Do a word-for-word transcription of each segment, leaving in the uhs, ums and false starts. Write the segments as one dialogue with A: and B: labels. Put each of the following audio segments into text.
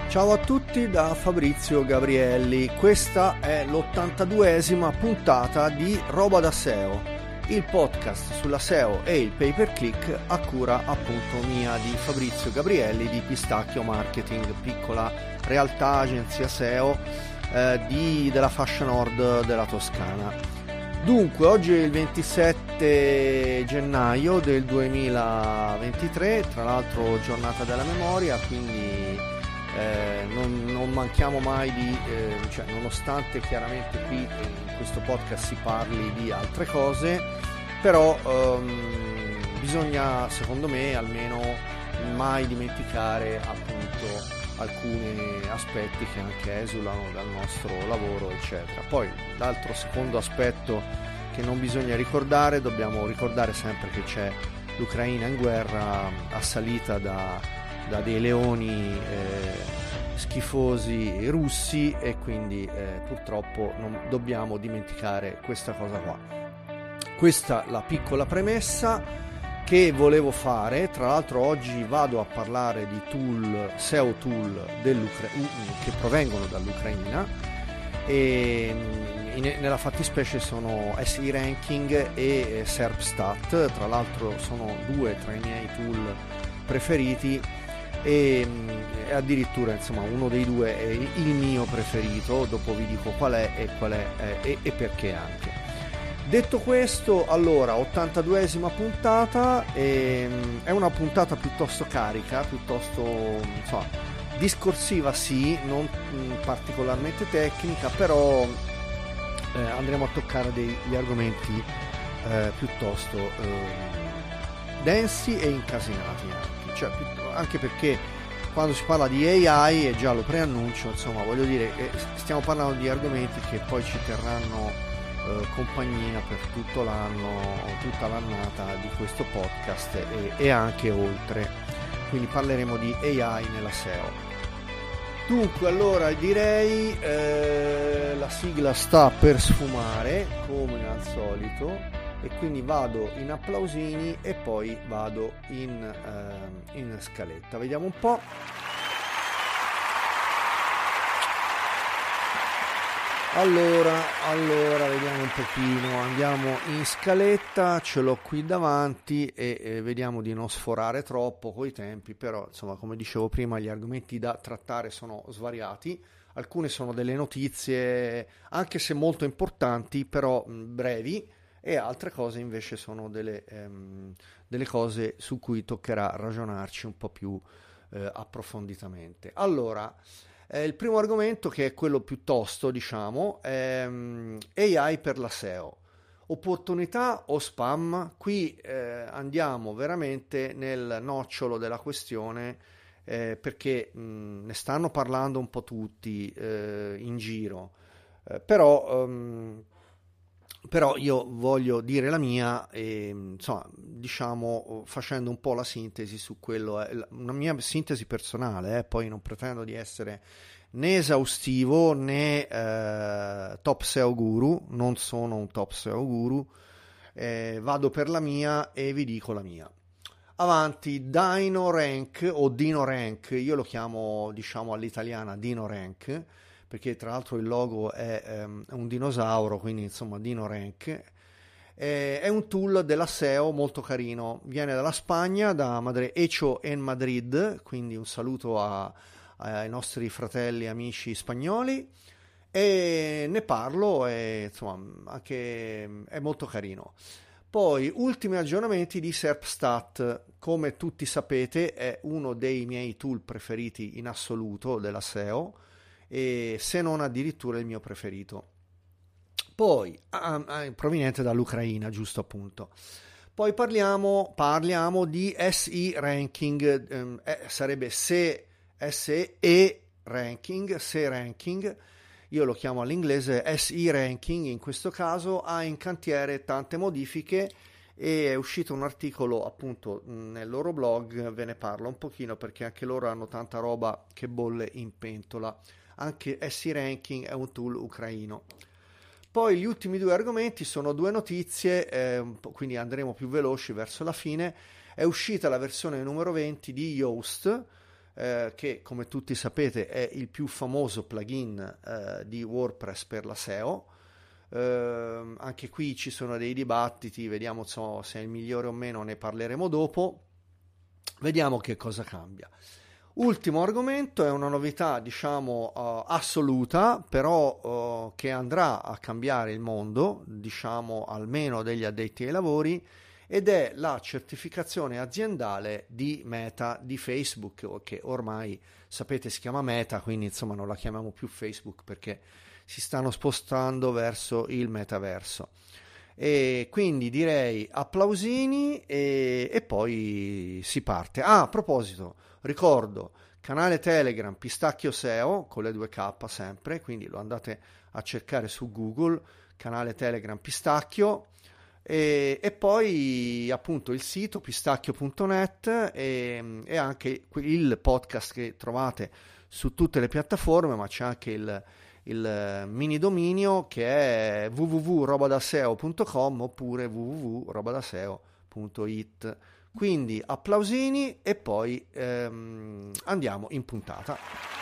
A: Ciao a tutti da Fabrizio Gabrielli, questa è l'ottantaduesima puntata di Roba da S E O, il podcast sulla S E O e il pay per click a cura appunto mia di Fabrizio Gabrielli di Pistacchio Marketing, piccola realtà agenzia S E O eh, di, della fascia nord della Toscana. Dunque, oggi è il ventisette gennaio del duemilaventitré, tra l'altro giornata della memoria, quindi Eh, non, non manchiamo mai di, eh, cioè, nonostante chiaramente qui in questo podcast si parli di altre cose, però ehm, bisogna secondo me almeno mai dimenticare appunto alcuni aspetti che anche esulano dal nostro lavoro eccetera. Poi l'altro secondo aspetto che non bisogna ricordare, dobbiamo ricordare sempre che c'è l'Ucraina in guerra assalita da da dei leoni eh, schifosi russi e quindi eh, purtroppo non dobbiamo dimenticare questa cosa qua. Questa è la piccola premessa che volevo fare. Tra l'altro oggi vado a parlare di tool, S E O tool che provengono dall'Ucraina e in, nella fattispecie sono S E Ranking e SERPstat. Tra l'altro sono due tra i miei tool preferiti e, e addirittura insomma uno dei due è il mio preferito, dopo vi dico qual è e qual è eh, e, e perché anche. Detto questo, allora ottantaduesima puntata, e, è una puntata piuttosto carica, piuttosto insomma discorsiva sì, non mh, particolarmente tecnica, però eh, andremo a toccare degli argomenti eh, piuttosto eh, densi e incasinati anche, cioè anche perché quando si parla di A I, e già lo preannuncio, insomma voglio dire eh, stiamo parlando di argomenti che poi ci terranno eh, compagnia per tutto l'anno, tutta l'annata di questo podcast e, e anche oltre, quindi parleremo di A I nella S E O. Dunque allora direi eh, la sigla sta per sfumare come al solito e quindi vado in applausini e poi vado in, eh, in scaletta. Vediamo un po'. Allora, allora vediamo un pochino, andiamo in scaletta, ce l'ho qui davanti e, e vediamo di non sforare troppo coi tempi, però insomma come dicevo prima gli argomenti da trattare sono svariati, alcune sono delle notizie anche se molto importanti però mh, brevi, e altre cose invece sono delle, ehm, delle cose su cui toccherà ragionarci un po' più eh, approfonditamente. Allora, eh, il primo argomento, che è quello più tosto, diciamo, è um, A I per la S E O. Opportunità o spam? Qui eh, andiamo veramente nel nocciolo della questione eh, perché mh, ne stanno parlando un po' tutti eh, in giro, eh, però... Um, Però io voglio dire la mia e insomma diciamo facendo un po' la sintesi su quello, è una mia sintesi personale, eh, poi non pretendo di essere né esaustivo né eh, top S E O guru, non sono un top S E O guru, eh, vado per la mia e vi dico la mia. Avanti, DinoRank o DinoRank, io lo chiamo diciamo all'italiana DinoRank, perché tra l'altro il logo è um, un dinosauro, quindi insomma DinoRank, eh, è un tool della S E O molto carino, viene dalla Spagna, da Madre Echo en Madrid, quindi un saluto a, ai nostri fratelli e amici spagnoli, e ne parlo e insomma anche è molto carino. Poi ultimi aggiornamenti di SERPstat, come tutti sapete è uno dei miei tool preferiti in assoluto della S E O, e se non addirittura il mio preferito. Poi ah, ah, proveniente dall'Ucraina, giusto appunto. Poi parliamo, parliamo di S E Ranking, ehm, eh, sarebbe se S E Ranking, se Ranking, io lo chiamo all'inglese S E Ranking, in questo caso ha in cantiere tante modifiche e è uscito un articolo appunto nel loro blog, ve ne parlo un pochino perché anche loro hanno tanta roba che bolle in pentola. Anche S E Ranking è un tool ucraino. Poi gli ultimi due argomenti sono due notizie, eh, quindi andremo più veloci verso la fine. È uscita la versione numero venti di Yoast, eh, che come tutti sapete è il più famoso plugin eh, di WordPress per la S E O. Eh, anche qui ci sono dei dibattiti, vediamo so, se è il migliore o meno, ne parleremo dopo. Vediamo che cosa cambia. Ultimo argomento è una novità, diciamo, uh, assoluta, però uh, che andrà a cambiare il mondo, diciamo, almeno degli addetti ai lavori, ed è la certificazione aziendale di Meta, di Facebook, che ormai sapete si chiama Meta, quindi insomma non la chiamiamo più Facebook perché si stanno spostando verso il metaverso. E quindi direi applausini e, e poi si parte. Ah, a proposito, ricordo canale Telegram Pistacchio S E O con le due K sempre, quindi lo andate a cercare su Google, canale Telegram Pistacchio, e, e poi appunto il sito pistacchio punto net e, e anche il podcast che trovate su tutte le piattaforme, ma c'è anche il il mini dominio che è w w w punto robadaseo punto com oppure w w w punto robadaseo punto it. Quindi applausini e poi ehm, andiamo in puntata.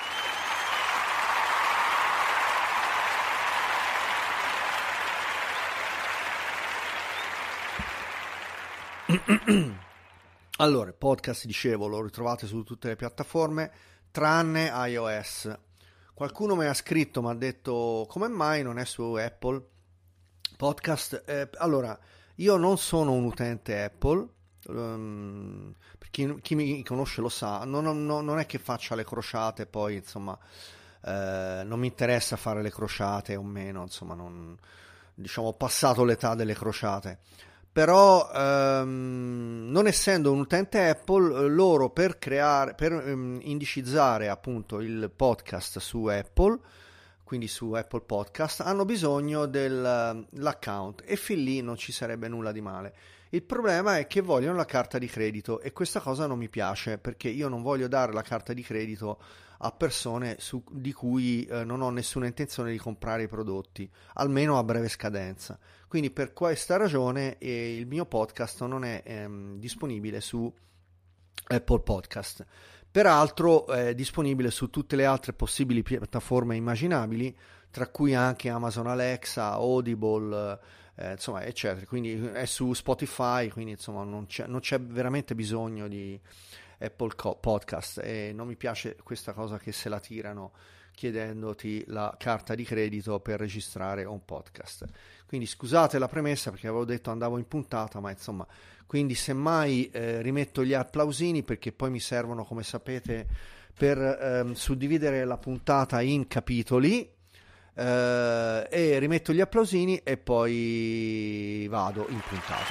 A: Allora, il podcast, dicevo, lo ritrovate su tutte le piattaforme tranne iOS. Qualcuno mi ha scritto, mi ha detto come mai non è su Apple Podcast. Eh, allora, io non sono un utente Apple, um, per chi, chi mi conosce lo sa, non, non, non è che faccia le crociate, poi insomma eh, non mi interessa fare le crociate o meno, insomma non, diciamo ho passato l'età delle crociate. Però ehm, non essendo un utente Apple, loro per creare, per ehm, indicizzare appunto il podcast su Apple, quindi su Apple Podcast, hanno bisogno dell'account e fin lì non ci sarebbe nulla di male. Il problema è che vogliono la carta di credito e questa cosa non mi piace perché io non voglio dare la carta di credito a persone su, di cui eh, non ho nessuna intenzione di comprare i prodotti, almeno a breve scadenza. Quindi per questa ragione eh, il mio podcast non è ehm, disponibile su Apple Podcast. Peraltro è disponibile su tutte le altre possibili piattaforme immaginabili, tra cui anche Amazon Alexa, Audible, eh, insomma, eccetera. Quindi è su Spotify, quindi insomma non c'è, non c'è veramente bisogno di Apple Podcast e non mi piace questa cosa che se la tirano chiedendoti la carta di credito per registrare un podcast. Quindi scusate la premessa perché avevo detto andavo in puntata, ma insomma, quindi semmai eh, rimetto gli applausini perché poi mi servono, come sapete, per ehm, suddividere la puntata in capitoli eh, e rimetto gli applausini e poi vado in puntata.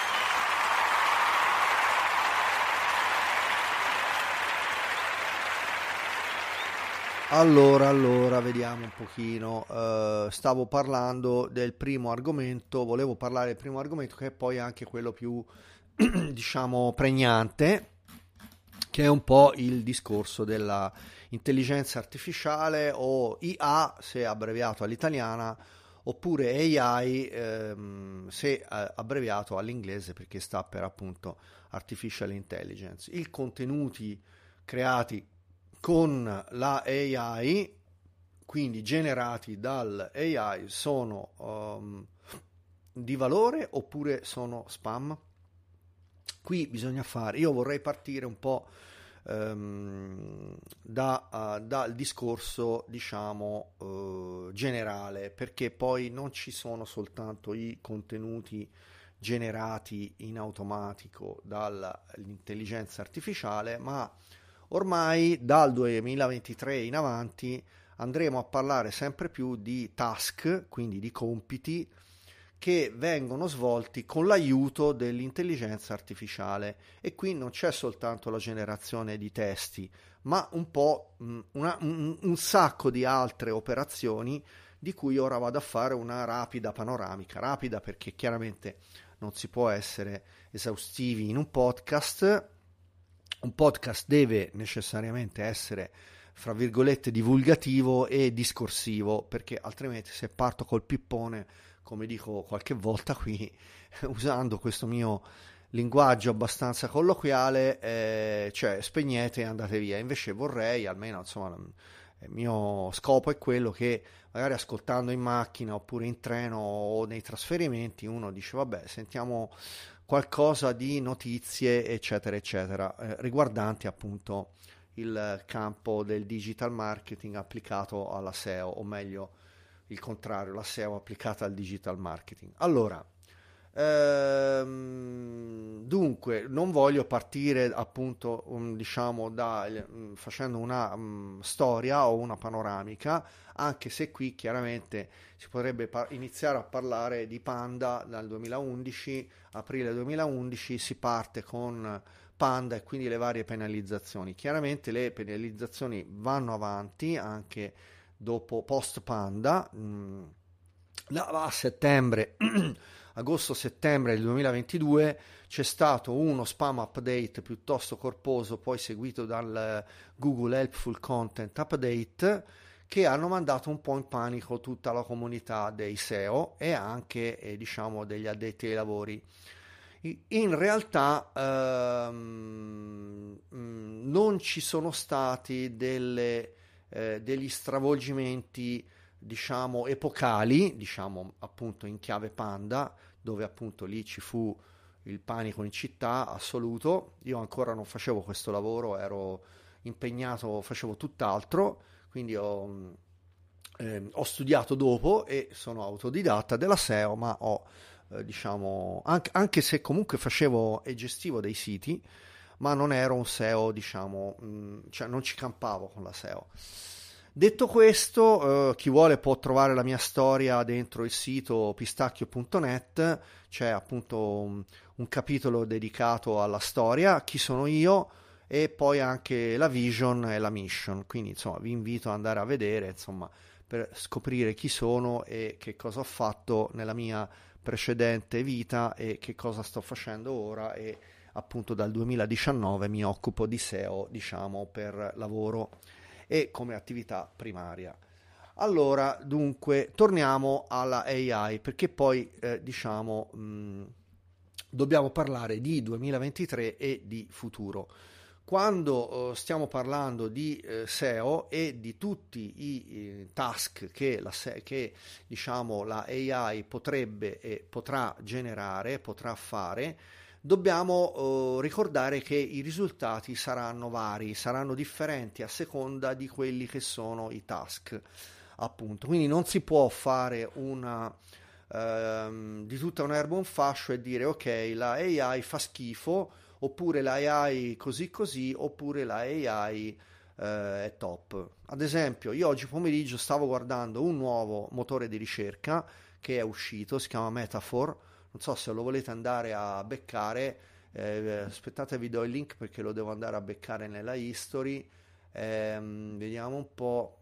A: Allora, allora, vediamo un pochino. Uh, stavo parlando del primo argomento, volevo parlare del primo argomento che è poi anche quello più, diciamo, pregnante, che è un po' il discorso della intelligenza artificiale o I A, se abbreviato all'italiana, oppure A I, ehm, se abbreviato all'inglese perché sta per appunto Artificial Intelligence. I contenuti creati con la A I, quindi generati dal A I, sono um, di valore oppure sono spam? Qui bisogna fare, io vorrei partire un po' um, da, uh, dal discorso, diciamo, uh, generale, perché poi non ci sono soltanto i contenuti generati in automatico dall'intelligenza artificiale, ma ormai dal duemilaventitré in avanti andremo a parlare sempre più di task, quindi di compiti che vengono svolti con l'aiuto dell'intelligenza artificiale, e qui non c'è soltanto la generazione di testi, ma un po' una, un, un sacco di altre operazioni di cui ora vado a fare una rapida panoramica, rapida perché chiaramente non si può essere esaustivi in un podcast. Un podcast deve necessariamente essere, fra virgolette, divulgativo e discorsivo, perché altrimenti se parto col pippone, come dico qualche volta qui, usando questo mio linguaggio abbastanza colloquiale, eh, cioè spegnete e andate via. Invece vorrei, almeno insomma, il mio scopo è quello che magari ascoltando in macchina oppure in treno o nei trasferimenti uno dice vabbè, sentiamo qualcosa di notizie eccetera eccetera, eh, riguardanti appunto il campo del digital marketing applicato alla S E O, o meglio il contrario, la S E O applicata al digital marketing. Allora, ehm, dunque, non voglio partire appunto, um, diciamo, da, um, facendo una um, storia o una panoramica, anche se qui chiaramente si potrebbe par- iniziare a parlare di Panda dal duemilaundici, aprile duemilaundici, si parte con Panda e quindi le varie penalizzazioni. Chiaramente le penalizzazioni vanno avanti anche dopo post Panda, mh, a settembre, agosto-settembre del duemilaventidue c'è stato uno spam update piuttosto corposo, poi seguito dal Google Helpful Content Update, che hanno mandato un po' in panico tutta la comunità dei S E O e anche eh, diciamo degli addetti ai lavori. In realtà ehm, non ci sono stati delle, eh, degli stravolgimenti diciamo epocali, diciamo appunto in chiave Panda, dove appunto lì ci fu il panico in città assoluto. Io ancora non facevo questo lavoro, ero impegnato, facevo tutt'altro, quindi ho, eh, ho studiato dopo e sono autodidatta della S E O, ma ho eh, diciamo anche, anche se comunque facevo e gestivo dei siti, ma non ero un S E O, diciamo, mh, cioè non ci campavo con la S E O. Detto questo, eh, chi vuole può trovare la mia storia dentro il sito pistacchio punto net, c'è appunto un, un capitolo dedicato alla storia, chi sono io, e poi anche la vision e la mission, quindi insomma vi invito ad andare a vedere, insomma, per scoprire chi sono e che cosa ho fatto nella mia precedente vita e che cosa sto facendo ora, e appunto dal duemiladiciannove mi occupo di S E O, diciamo, per lavoro e come attività primaria. Allora, dunque, torniamo alla A I, perché poi eh, diciamo mh, dobbiamo parlare di duemilaventitré e di futuro. Quando eh, stiamo parlando di eh, S E O e di tutti i eh, task che, la, che diciamo, la A I potrebbe e potrà generare, potrà fare, dobbiamo uh, ricordare che i risultati saranno vari, saranno differenti a seconda di quelli che sono i task, appunto. Quindi non si può fare una uh, di tutta un'erba un fascio e dire ok, la A I fa schifo, oppure la A I così così, oppure la A I uh, è top. Ad esempio, io oggi pomeriggio stavo guardando un nuovo motore di ricerca che è uscito, si chiama Metaphor. Non so se lo volete andare a beccare, eh, aspettate, vi do il link perché lo devo andare a beccare nella history. Eh, vediamo un po',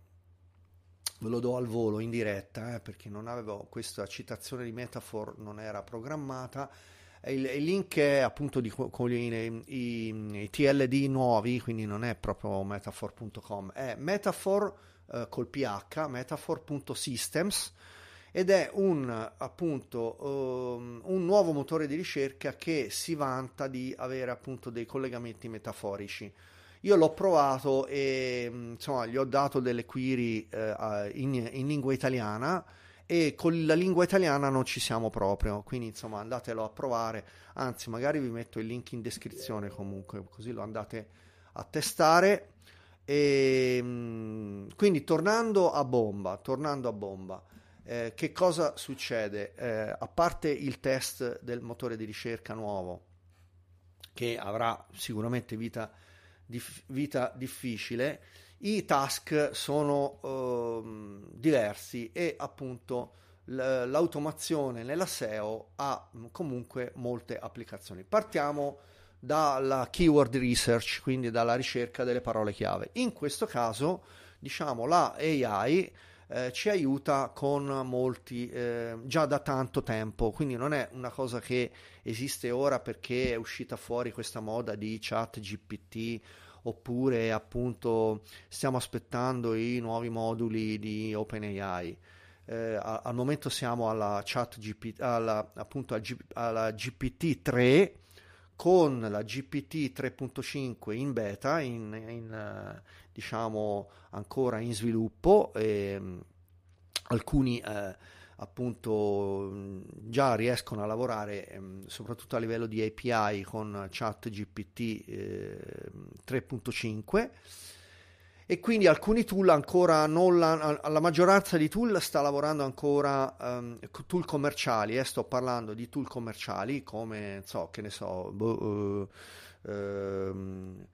A: ve lo do al volo in diretta, eh, perché non avevo questa citazione di Metaphor, non era programmata. Il, il link è appunto di, con i, i, i T L D nuovi, quindi non è proprio metaphor punto com, è Metaphor eh, col ph, metaphor punto systems, ed è un appunto um, un nuovo motore di ricerca che si vanta di avere appunto dei collegamenti metaforici. Io l'ho provato e insomma gli ho dato delle query eh, in, in lingua italiana, e con la lingua italiana non ci siamo proprio, quindi insomma andatelo a provare, anzi magari vi metto il link in descrizione comunque, così lo andate a testare. E quindi tornando a bomba, tornando a bomba. Eh, che cosa succede? Eh, a parte il test del motore di ricerca nuovo, che avrà sicuramente vita, dif- vita difficile, i task sono eh, diversi, e appunto l- l'automazione nella S E O ha comunque molte applicazioni. Partiamo dalla keyword research, quindi dalla ricerca delle parole chiave. In questo caso, diciamo, la A I Eh, ci aiuta con molti eh, già da tanto tempo, quindi non è una cosa che esiste ora perché è uscita fuori questa moda di chat G P T, oppure appunto stiamo aspettando i nuovi moduli di OpenAI. Eh, a, al momento siamo alla chat G P T, alla, appunto al G, alla G P T tre, con la G P T tre punto cinque in beta, in, in eh, diciamo ancora in sviluppo, e mh, alcuni eh, appunto mh, già riescono a lavorare mh, soprattutto a livello di A P I con ChatGPT eh, tre punto cinque. E quindi alcuni tool ancora non la, la maggioranza di tool sta lavorando ancora um, tool commerciali, eh, sto parlando di tool commerciali come so, che ne so, boh, uh, uh,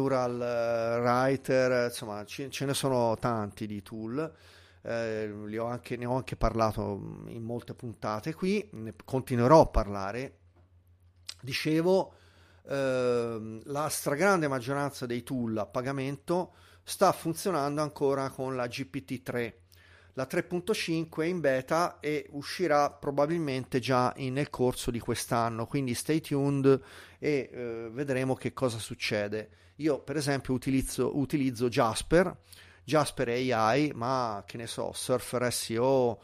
A: Neural Writer, insomma ce, ce ne sono tanti di tool, eh, li ho anche, ne ho anche parlato in molte puntate qui, ne continuerò a parlare. Dicevo, uh, la stragrande maggioranza dei tool a pagamento sta funzionando ancora con la G P T tre. La tre punto cinque è in beta e uscirà probabilmente già in, nel corso di quest'anno, quindi stay tuned e eh, vedremo che cosa succede. Io per esempio utilizzo, utilizzo Jasper, Jasper A I, ma che ne so, Surfer S E O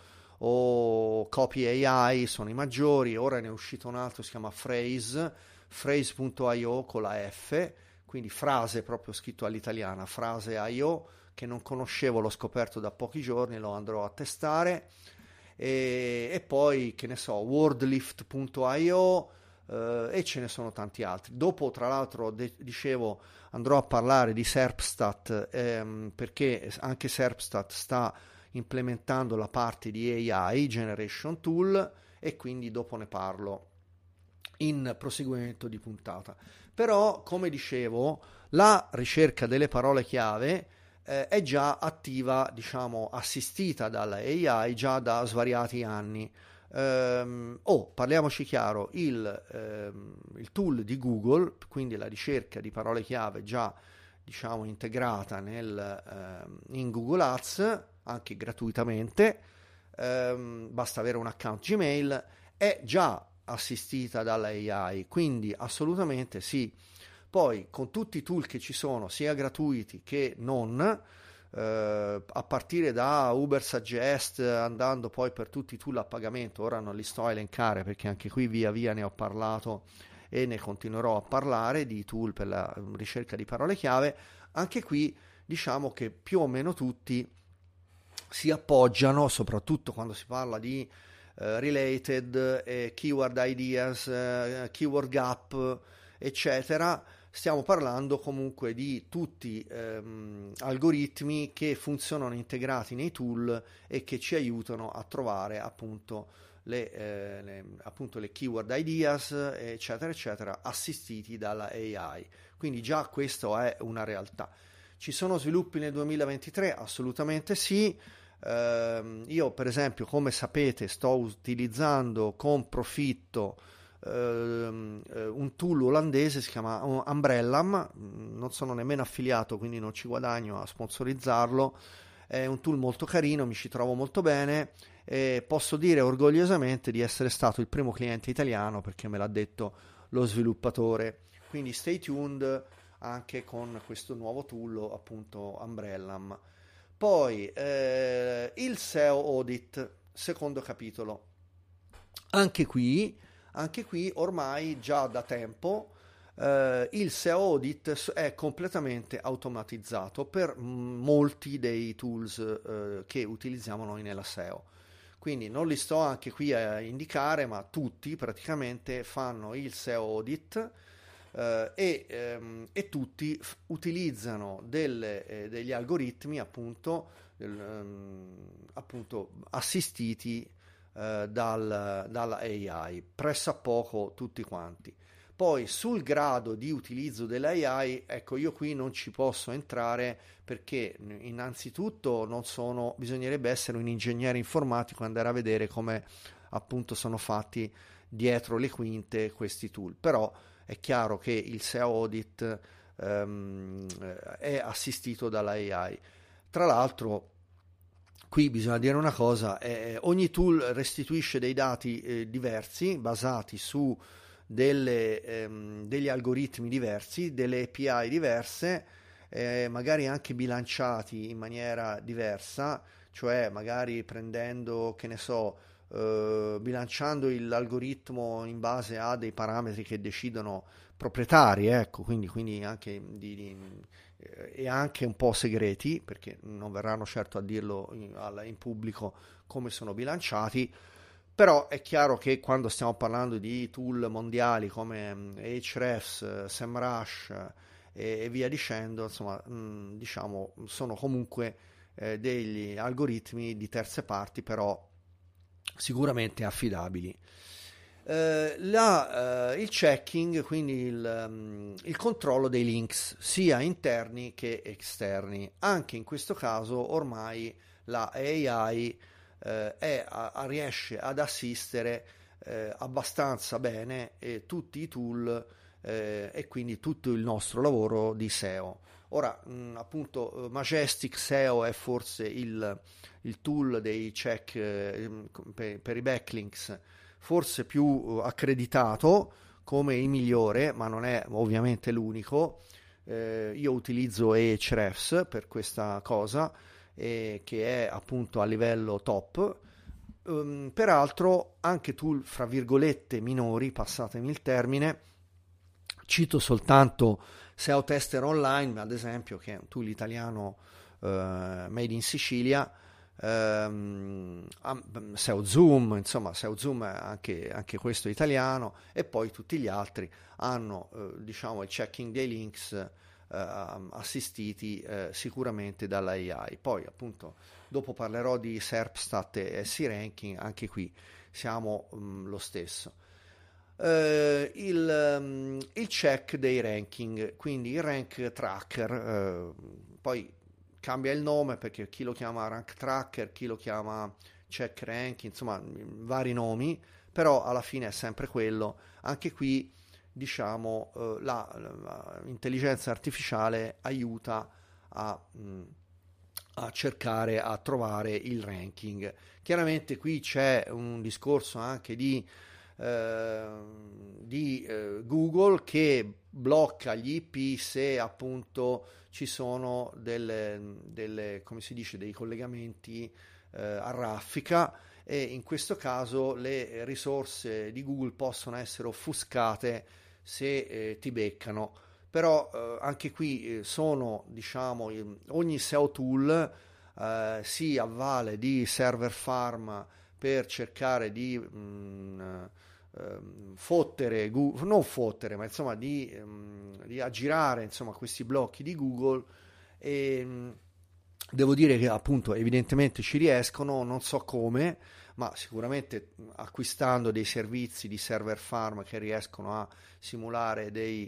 A: o Copy A I sono i maggiori. Ora ne è uscito un altro, si chiama Phrase, phrase punto i o con la F, quindi frase proprio scritto all'italiana, frase punto i o, che non conoscevo, l'ho scoperto da pochi giorni, lo andrò a testare, e, e poi che ne so, wordlift punto i o eh, e ce ne sono tanti altri. Dopo tra l'altro de- dicevo andrò a parlare di Serpstat ehm, perché anche Serpstat sta implementando la parte di A I, Generation Tool, e quindi dopo ne parlo in proseguimento di puntata. Però, come dicevo, la ricerca delle parole chiave eh, è già attiva, diciamo, assistita dalla A I già da svariati anni. Ehm, oh, parliamoci chiaro, il, ehm, il tool di Google, quindi la ricerca di parole chiave già, diciamo, integrata nel, ehm, in Google Ads, anche gratuitamente, ehm, basta avere un account Gmail, è già assistita dalla A I, quindi assolutamente sì. Poi con tutti i tool che ci sono, sia gratuiti che non, eh, a partire da Uber Suggest, andando poi per tutti i tool a pagamento, ora non li sto a elencare perché anche qui via via ne ho parlato e ne continuerò a parlare di tool per la ricerca di parole chiave. Anche qui diciamo che più o meno tutti si appoggiano, soprattutto quando si parla di Uh, related, eh, keyword ideas, uh, keyword gap, eccetera. Stiamo parlando comunque di tutti um, algoritmi che funzionano integrati nei tool e che ci aiutano a trovare appunto le, eh, le, appunto le keyword ideas, eccetera, eccetera, assistiti dalla A I. Quindi già questo è una realtà. Ci sono sviluppi nel duemilaventitré? Assolutamente sì. Uh, io per esempio, come sapete, sto utilizzando con profitto uh, un tool olandese, si chiama Umbrellam, non sono nemmeno affiliato quindi non ci guadagno a sponsorizzarlo, è un tool molto carino, mi ci trovo molto bene e posso dire orgogliosamente di essere stato il primo cliente italiano perché me l'ha detto lo sviluppatore, quindi stay tuned anche con questo nuovo tool, appunto Umbrellam. Poi eh, il S E O Audit, secondo capitolo. Anche qui, anche qui ormai già da tempo eh, il S E O Audit è completamente automatizzato per molti dei tools eh, che utilizziamo noi nella S E O. Quindi non li sto anche qui a indicare, ma tutti praticamente fanno il S E O Audit. Uh, e, um, e tutti f- utilizzano delle, eh, degli algoritmi appunto, del, um, appunto assistiti uh, dal, dalla A I, pressappoco tutti quanti. Poi sul grado di utilizzo dell'A I, ecco, io qui non ci posso entrare perché innanzitutto non sono, bisognerebbe essere un ingegnere informatico e andare a vedere come appunto sono fatti dietro le quinte questi tool, però è chiaro che il S E O Audit um, è assistito dalla A I. Tra l'altro, qui bisogna dire una cosa, eh, ogni tool restituisce dei dati eh, diversi, basati su delle, ehm, degli algoritmi diversi, delle A P I diverse, eh, magari anche bilanciati in maniera diversa, cioè magari prendendo, che ne so, eh, bilanciando il- l'algoritmo in base a dei parametri che decidono proprietari, ecco, quindi, quindi anche di, di- eh, e anche un po' segreti, perché non verranno certo a dirlo in, al- in pubblico come sono bilanciati. Però è chiaro che quando stiamo parlando di tool mondiali come mm, Ahrefs, eh, SEMrush eh, e, e via dicendo, insomma, mh, diciamo, sono comunque eh, degli algoritmi di terze parti, però sicuramente affidabili. Eh, la, eh, il checking, quindi il, mm, il controllo dei links, sia interni che esterni. Anche in questo caso ormai la A I eh, è, a, a- riesce ad assistere eh, abbastanza bene eh, tutti i tool eh, e quindi tutto il nostro lavoro di S E O. Ora, mh, appunto, Majestic S E O è forse il, il tool dei check eh, per, per i backlinks forse più accreditato come il migliore, ma non è ovviamente l'unico. Eh, io utilizzo Ahrefs per questa cosa, eh, che è appunto a livello top. Um, peraltro anche tool fra virgolette minori, passatemi il termine, cito soltanto S E O Tester Online, ad esempio, che è un tool italiano uh, made in Sicilia, um, S E O Zoom, insomma S E O Zoom è anche, anche questo italiano, e poi tutti gli altri hanno uh, diciamo il checking dei links uh, assistiti uh, sicuramente dalla A I. Poi appunto dopo parlerò di SERPstat e S-Ranking, anche qui siamo um, lo stesso. Uh, il, um, il check dei ranking, quindi il rank tracker, uh, poi cambia il nome perché chi lo chiama rank tracker, chi lo chiama check rank, insomma vari nomi, però alla fine è sempre quello. Anche qui diciamo uh, la, la intelligenza artificiale aiuta a, mh, a cercare, a trovare il ranking. Chiaramente qui c'è un discorso anche di Uh, di uh, Google che blocca gli I P se appunto ci sono delle, delle come si dice, dei collegamenti uh, a raffica, e in questo caso le risorse di Google possono essere offuscate se eh, ti beccano. Però eh, anche qui eh, sono, diciamo, ogni S E O tool eh, si avvale di server farm per cercare di mh, ehm, fottere, non fottere, ma insomma di, ehm, di aggirare insomma questi blocchi di Google, e mh, devo dire che appunto evidentemente ci riescono, non so come, ma sicuramente acquistando dei servizi di server farm che riescono a simulare dei,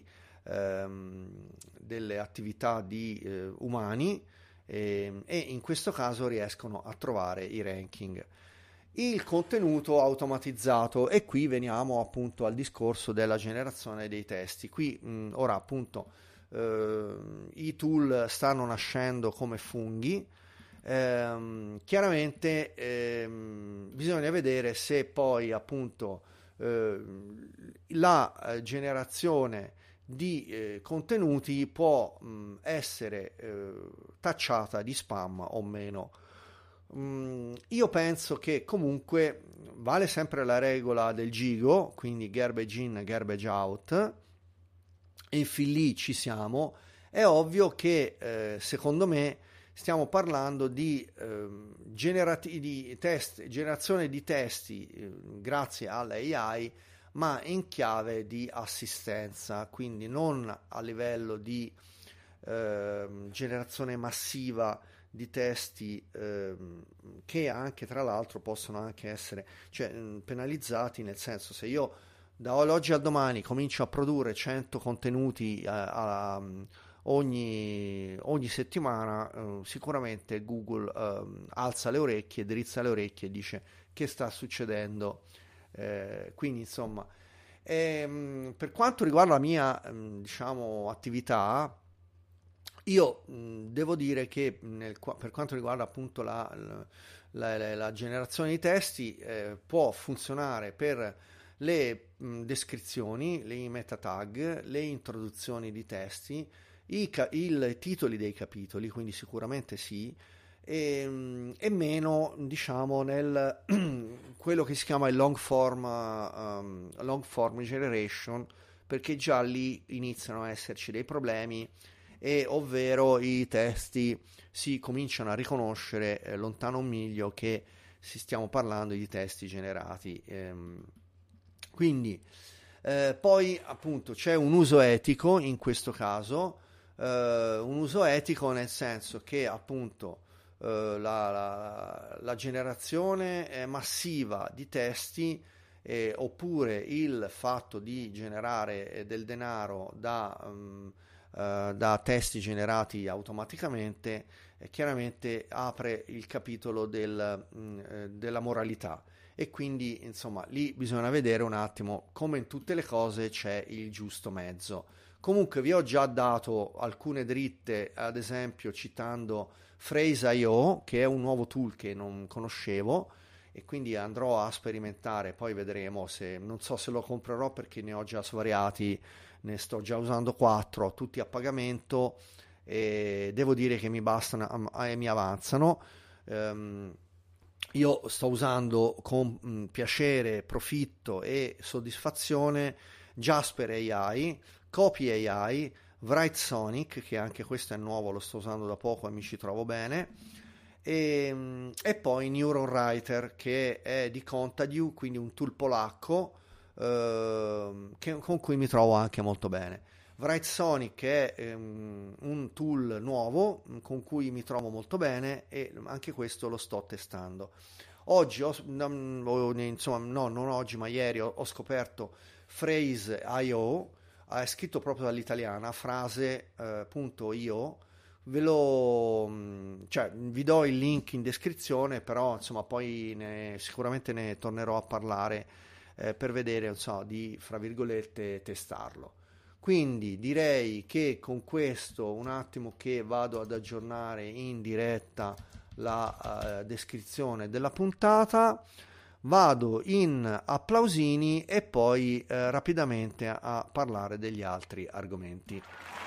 A: ehm, delle attività di eh, umani, e, e in questo caso riescono a trovare i ranking. Il contenuto automatizzato, e qui veniamo appunto al discorso della generazione dei testi. Qui mh, ora appunto eh, i tool stanno nascendo come funghi. Ehm, chiaramente ehm, bisogna vedere se poi appunto eh, la eh, generazione di eh, contenuti può mh, essere eh, tacciata di spam o meno. Mm, io penso che comunque vale sempre la regola del gigo, quindi garbage in, garbage out, e fin lì ci siamo. È ovvio che eh, secondo me stiamo parlando di, eh, generati- di test, generazione di testi eh, grazie alla A I, ma in chiave di assistenza, quindi non a livello di eh, generazione massiva di testi eh, che anche tra l'altro possono anche essere, cioè, penalizzati, nel senso, se io da oggi al domani comincio a produrre cento contenuti eh, a, ogni, ogni settimana, eh, sicuramente Google eh, alza le orecchie, drizza le orecchie e dice che sta succedendo. Eh, quindi insomma, ehm, per quanto riguarda la mia ehm, diciamo attività, io mh, devo dire che nel, per quanto riguarda appunto la, la, la, la generazione di testi, eh, può funzionare per le mh, descrizioni, le meta tag, le introduzioni di testi, i, ca- i titoli dei capitoli, quindi sicuramente sì, e, e meno, diciamo, nel quello che si chiama il long form, um, long form generation, perché già lì iniziano a esserci dei problemi, e ovvero i testi si cominciano a riconoscere eh, lontano un miglio che si stiamo parlando di testi generati. Ehm, quindi eh, poi appunto c'è un uso etico in questo caso, eh, un uso etico nel senso che appunto eh, la, la, la generazione eh, massiva di testi, eh, oppure il fatto di generare eh, del denaro da, um, uh, da testi generati automaticamente, eh, chiaramente apre il capitolo del, mh, eh, della moralità, e quindi insomma lì bisogna vedere un attimo, come in tutte le cose c'è il giusto mezzo. Comunque vi ho già dato alcune dritte, ad esempio citando Phrase punto io, che è un nuovo tool che non conoscevo, e quindi andrò a sperimentare, poi vedremo se, non so se lo comprerò perché ne ho già svariati, ne sto già usando quattro, tutti a pagamento, e devo dire che mi bastano e mi avanzano. Um, io sto usando con mh, piacere, profitto e soddisfazione Jasper A I, Copy A I, Writesonic, che anche questo è nuovo, lo sto usando da poco e mi ci trovo bene, e, e poi NeuronWriter, che è di Contadue, quindi un tool polacco eh, che, con cui mi trovo anche molto bene. Writesonic è ehm, un tool nuovo con cui mi trovo molto bene, e anche questo lo sto testando. Oggi ho, insomma, no, non oggi, ma ieri ho, ho scoperto Phrase punto io, è scritto proprio dall'italiana, frase punto io. Ve lo, cioè, vi do il link in descrizione, però insomma poi ne, sicuramente ne tornerò a parlare eh, per vedere, non so, di, fra virgolette, testarlo. Quindi direi che con questo, un attimo che vado ad aggiornare in diretta la uh, descrizione della puntata, vado in applausini e poi uh, rapidamente a, a parlare degli altri argomenti.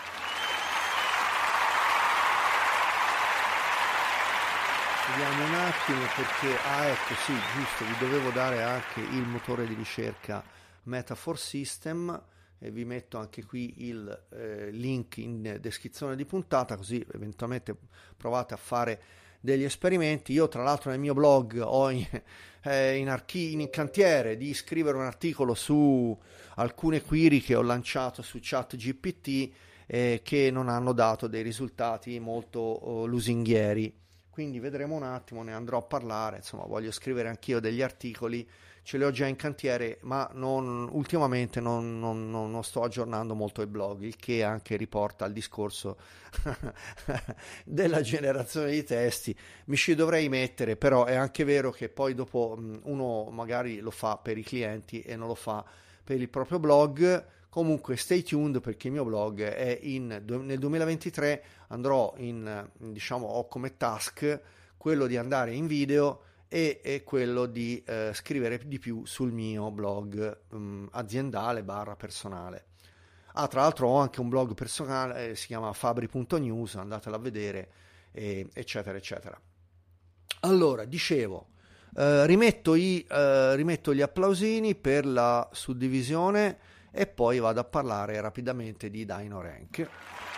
A: Vediamo un attimo perché, ah ecco sì, giusto, vi dovevo dare anche il motore di ricerca Metaphor System, e vi metto anche qui il eh, link in descrizione di puntata, così eventualmente provate a fare degli esperimenti. Io tra l'altro nel mio blog ho in, eh, in, archi- in cantiere di scrivere un articolo su alcune query che ho lanciato su ChatGPT eh, che non hanno dato dei risultati molto oh, lusinghieri. Quindi vedremo un attimo, ne andrò a parlare, insomma voglio scrivere anch'io degli articoli, ce li ho già in cantiere, ma non, ultimamente non, non, non, non sto aggiornando molto il blog, il che anche riporta al discorso della generazione di testi. Mi ci dovrei mettere, però è anche vero che poi dopo uno magari lo fa per i clienti e non lo fa per il proprio blog. Comunque stay tuned, perché il mio blog è in, nel duemilaventitré andrò in, diciamo, ho come task quello di andare in video e, e quello di eh, scrivere di più sul mio blog um, aziendale barra personale. Ah, tra l'altro ho anche un blog personale, eh, si chiama fabri punto news, andatelo a vedere, eh, eccetera eccetera. Allora, dicevo, eh, rimetto, i, eh, rimetto gli applausini per la suddivisione e poi vado a parlare rapidamente di DynoRank.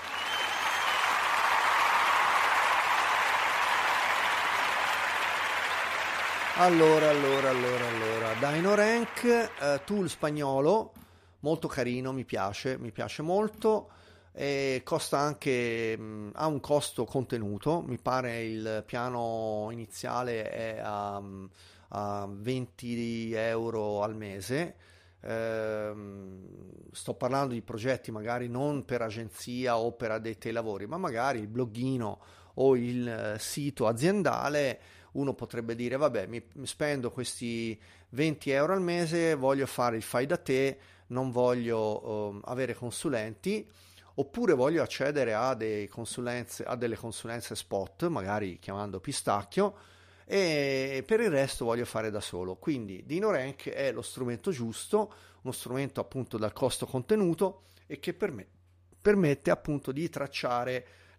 A: Allora, allora, allora, allora, DynoRank, eh, tool spagnolo, molto carino, mi piace, mi piace molto, e costa anche, mh, ha un costo contenuto, mi pare il piano iniziale è a, a venti euro al mese. Eh, sto parlando di progetti magari non per agenzia o per addetti ai lavori, ma magari il bloggino o il eh, sito aziendale. Uno potrebbe dire vabbè, mi, mi spendo questi venti euro al mese, voglio fare il fai da te, non voglio eh, avere consulenti, oppure voglio accedere a, dei consulenze, a delle consulenze spot, magari chiamando Pistacchio, e per il resto voglio fare da solo. Quindi DynoRank è lo strumento giusto, uno strumento appunto dal costo contenuto, e che per me permette appunto di tracciare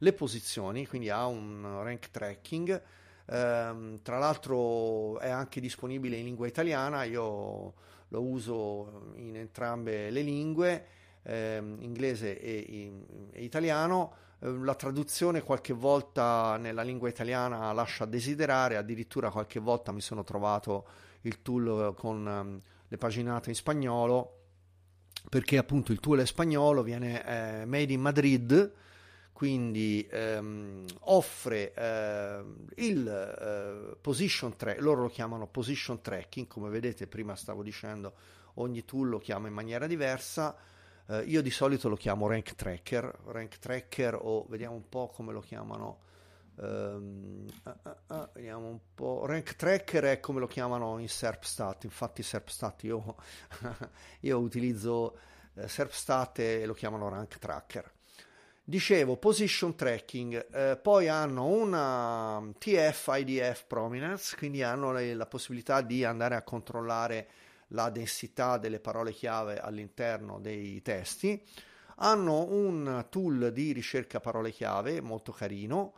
A: le posizioni, quindi ha un rank tracking. Ehm, tra l'altro è anche disponibile in lingua italiana, io lo uso in entrambe le lingue, ehm, inglese e, e italiano. La traduzione qualche volta nella lingua italiana lascia a desiderare, addirittura qualche volta mi sono trovato il tool con um, le paginate in spagnolo, perché appunto il tool è spagnolo, viene eh, made in Madrid, quindi ehm, offre eh, il eh, position track, loro lo chiamano position tracking, come vedete prima stavo dicendo, ogni tool lo chiama in maniera diversa. Uh, io di solito lo chiamo rank tracker, rank tracker o vediamo un po' come lo chiamano, um, uh, uh, uh, vediamo un po', rank tracker è come lo chiamano in SERPstat, infatti SERPstat io, io utilizzo uh, SERPstat e lo chiamano rank tracker. Dicevo, position tracking, eh, poi hanno una T F I D F prominence, quindi hanno le, la possibilità di andare a controllare la densità delle parole chiave all'interno dei testi. Hanno un tool di ricerca parole chiave molto carino,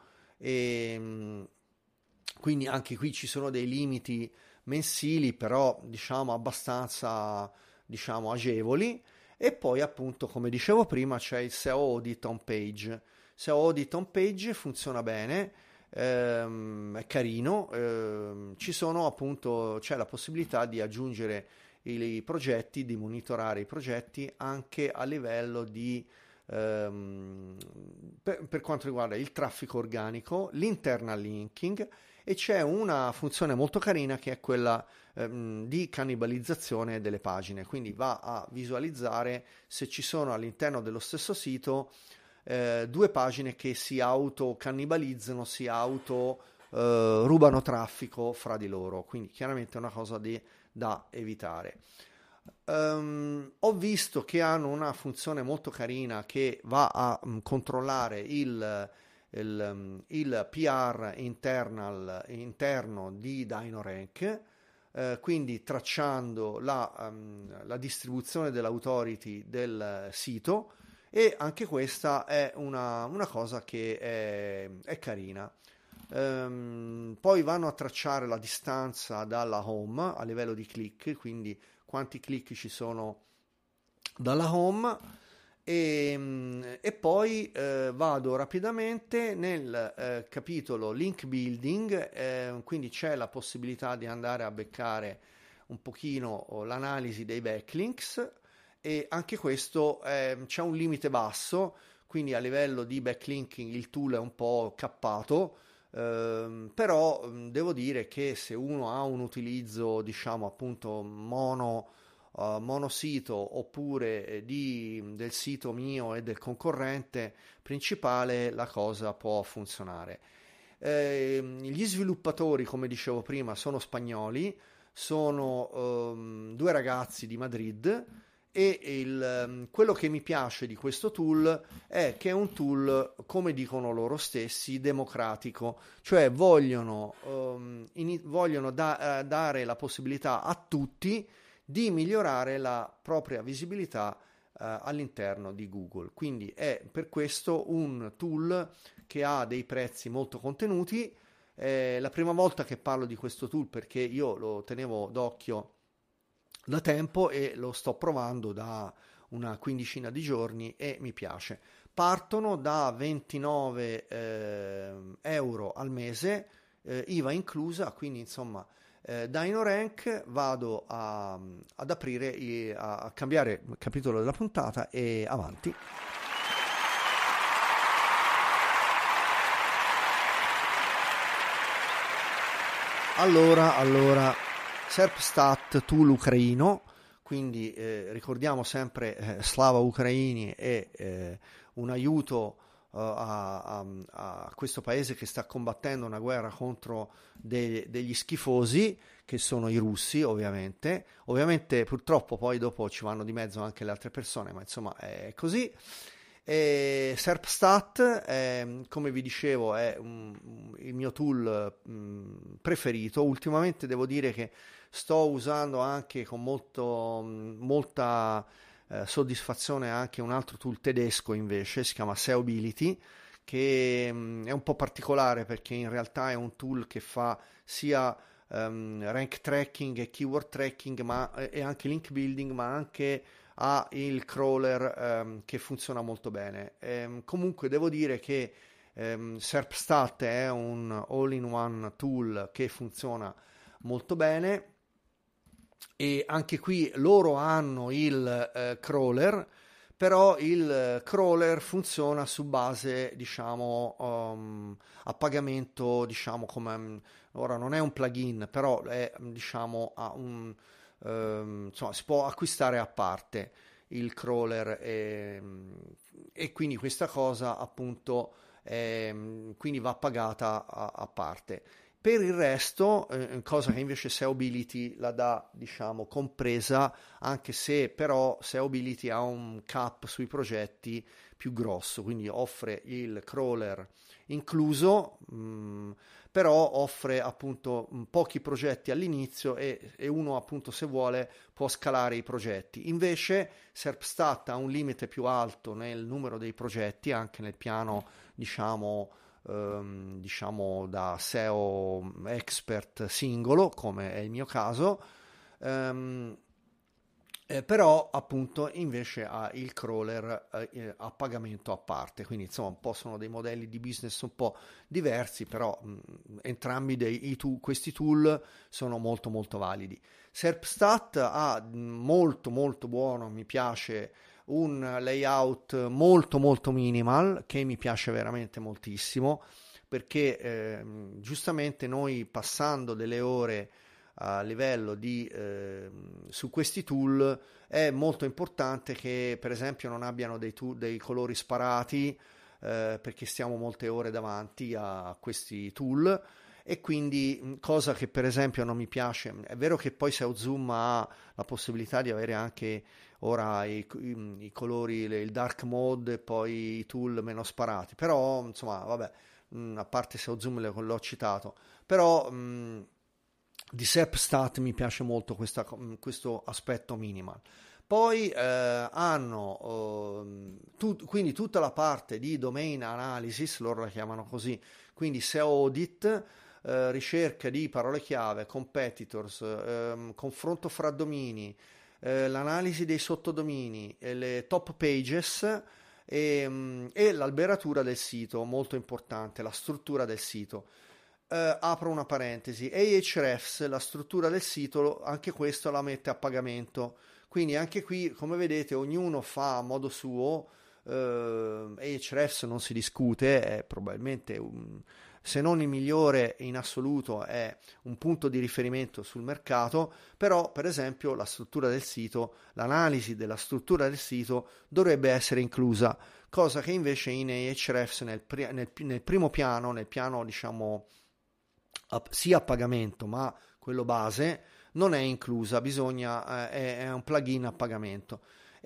A: e quindi anche qui ci sono dei limiti mensili, però diciamo abbastanza diciamo agevoli. E poi appunto, come dicevo prima, c'è il S E O Audit on Page. S E O Audit on Page funziona bene, ehm, è carino, ehm, ci sono appunto, c'è la possibilità di aggiungere i, i progetti, di monitorare i progetti anche a livello di ehm, per, per quanto riguarda il traffico organico, l'internal linking, e c'è una funzione molto carina che è quella ehm, di cannibalizzazione delle pagine, quindi va a visualizzare se ci sono all'interno dello stesso sito eh, due pagine che si auto cannibalizzano, si auto eh, rubano traffico fra di loro, quindi chiaramente è una cosa di, da evitare. Um, ho visto che hanno una funzione molto carina che va a um, controllare il Il, il P R internal, interno di DynoRank, eh, quindi tracciando la, um, la distribuzione dell'authority del sito, e anche questa è una, una cosa che è, è carina. Um, poi vanno a tracciare la distanza dalla home a livello di click, quindi quanti click ci sono dalla home. E, e poi eh, vado rapidamente nel eh, capitolo link building, eh, quindi c'è la possibilità di andare a beccare un pochino l'analisi dei backlinks, e anche questo eh, c'è un limite basso, quindi a livello di backlinking il tool è un po' cappato, eh, però devo dire che se uno ha un utilizzo diciamo appunto mono Uh, monosito oppure di, del sito mio e del concorrente principale, la cosa può funzionare. Eh, gli sviluppatori, come dicevo prima, sono spagnoli, sono um, due ragazzi di Madrid, e il, um, quello che mi piace di questo tool è che è un tool, come dicono loro stessi, democratico, cioè vogliono, um, in, vogliono da, uh, dare la possibilità a tutti di migliorare la propria visibilità eh, all'interno di Google. Quindi è per questo un tool che ha dei prezzi molto contenuti. È la prima volta che parlo di questo tool perché io lo tenevo d'occhio da tempo e lo sto provando da una quindicina di giorni e mi piace. Partono da ventinove eh, euro al mese, eh, I V A inclusa, quindi insomma Eh, DynoRank. Vado a, ad aprire, a, a cambiare il capitolo della puntata e avanti. Allora, allora SERPstat tool ucraino, quindi eh, ricordiamo sempre eh, Slava Ucraini e eh, un aiuto A, a, a questo paese che sta combattendo una guerra contro de, degli schifosi che sono i russi, ovviamente ovviamente purtroppo poi dopo ci vanno di mezzo anche le altre persone, ma insomma è così. E SERPstat è, come vi dicevo, è un, il mio tool mh, preferito. Ultimamente devo dire che sto usando anche con molto molta Eh, soddisfazione anche un altro tool tedesco, invece si chiama Seobility, che mh, è un po' particolare perché in realtà è un tool che fa sia um, rank tracking e keyword tracking, ma e anche link building, ma anche ha il crawler um, che funziona molto bene. Ehm, comunque devo dire che um, SERPstat è un all-in-one tool che funziona molto bene, e anche qui loro hanno il uh, crawler, però il crawler funziona su base, diciamo, um, a pagamento, diciamo, come ora non è un plugin, però è, diciamo, a un, um, insomma, si può acquistare a parte il crawler, e, e quindi questa cosa appunto è, quindi va pagata a, a parte. Per il resto, eh, cosa che invece Seobility la dà, diciamo, compresa, anche se però Seobility ha un cap sui progetti più grosso, quindi offre il crawler incluso, mh, però offre appunto mh, pochi progetti all'inizio, e, e uno appunto, se vuole, può scalare i progetti. Invece SERPstat ha un limite più alto nel numero dei progetti, anche nel piano, diciamo, Um, diciamo da S E O expert singolo, come è il mio caso, um, eh, però appunto invece ha il crawler eh, a pagamento a parte, quindi insomma un po' sono dei modelli di business un po' diversi, però mh, entrambi dei, i tu, questi tool sono molto molto validi. SERPstat ha molto molto buono, mi piace, un layout molto molto minimal che mi piace veramente moltissimo, perché eh, giustamente noi, passando delle ore a livello di eh, su questi tool, è molto importante che per esempio non abbiano dei, tool, dei colori sparati, eh, perché stiamo molte ore davanti a questi tool, e quindi, cosa che per esempio non mi piace, è vero che poi SEOzoom ha la possibilità di avere anche ora i, i, i colori, il dark mode, e poi i tool meno sparati, però insomma vabbè, mh, a parte SEOzoom l'ho citato, però mh, di SERPstat mi piace molto questa, questo aspetto minimal. Poi eh, hanno eh, tut, quindi tutta la parte di domain analysis, loro la chiamano così, quindi S E O audit, eh, ricerca di parole chiave, competitors, eh, confronto fra domini, eh, l'analisi dei sottodomini, e le top pages, e, e l'alberatura del sito, molto importante, la struttura del sito. Uh, apro una parentesi, Ahrefs, la struttura del sito, anche questo la mette a pagamento, quindi anche qui, come vedete, ognuno fa a modo suo. uh, Ahrefs non si discute, è probabilmente un, se non il migliore in assoluto, è un punto di riferimento sul mercato, però per esempio la struttura del sito, l'analisi della struttura del sito dovrebbe essere inclusa, cosa che invece in Ahrefs nel, nel, nel primo piano, nel piano diciamo sia a pagamento, ma quello base non è inclusa, bisogna, eh, è un plugin a pagamento,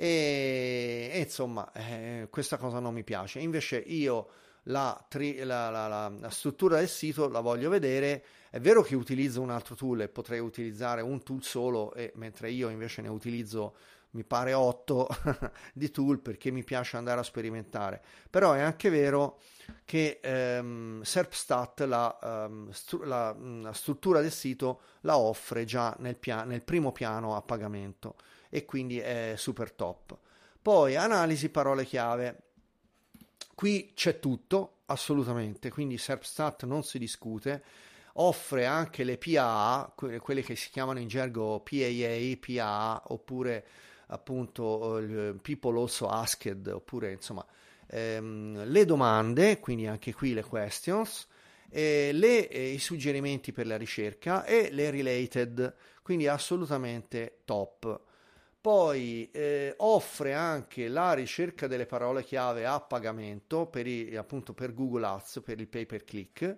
A: e, e insomma eh, questa cosa non mi piace. Invece io la, tri, la, la, la, la struttura del sito la voglio vedere. È vero che utilizzo un altro tool e potrei utilizzare un tool solo, e mentre io invece ne utilizzo mi pare otto di tool, perché mi piace andare a sperimentare, però è anche vero che ehm, SERPstat la, um, stru- la, la struttura del sito la offre già nel, pia- nel primo piano a pagamento, e quindi è super top. Poi analisi parole chiave, qui c'è tutto assolutamente, quindi SERPstat non si discute, offre anche le P A A, quelle che si chiamano in gergo P A A, P A A, oppure appunto il People Also Asked, oppure insomma ehm, le domande, quindi anche qui le questions, e le, e i suggerimenti per la ricerca, e le related, quindi assolutamente top. Poi eh, offre anche la ricerca delle parole chiave a pagamento per i, appunto per Google Ads, per il pay per click,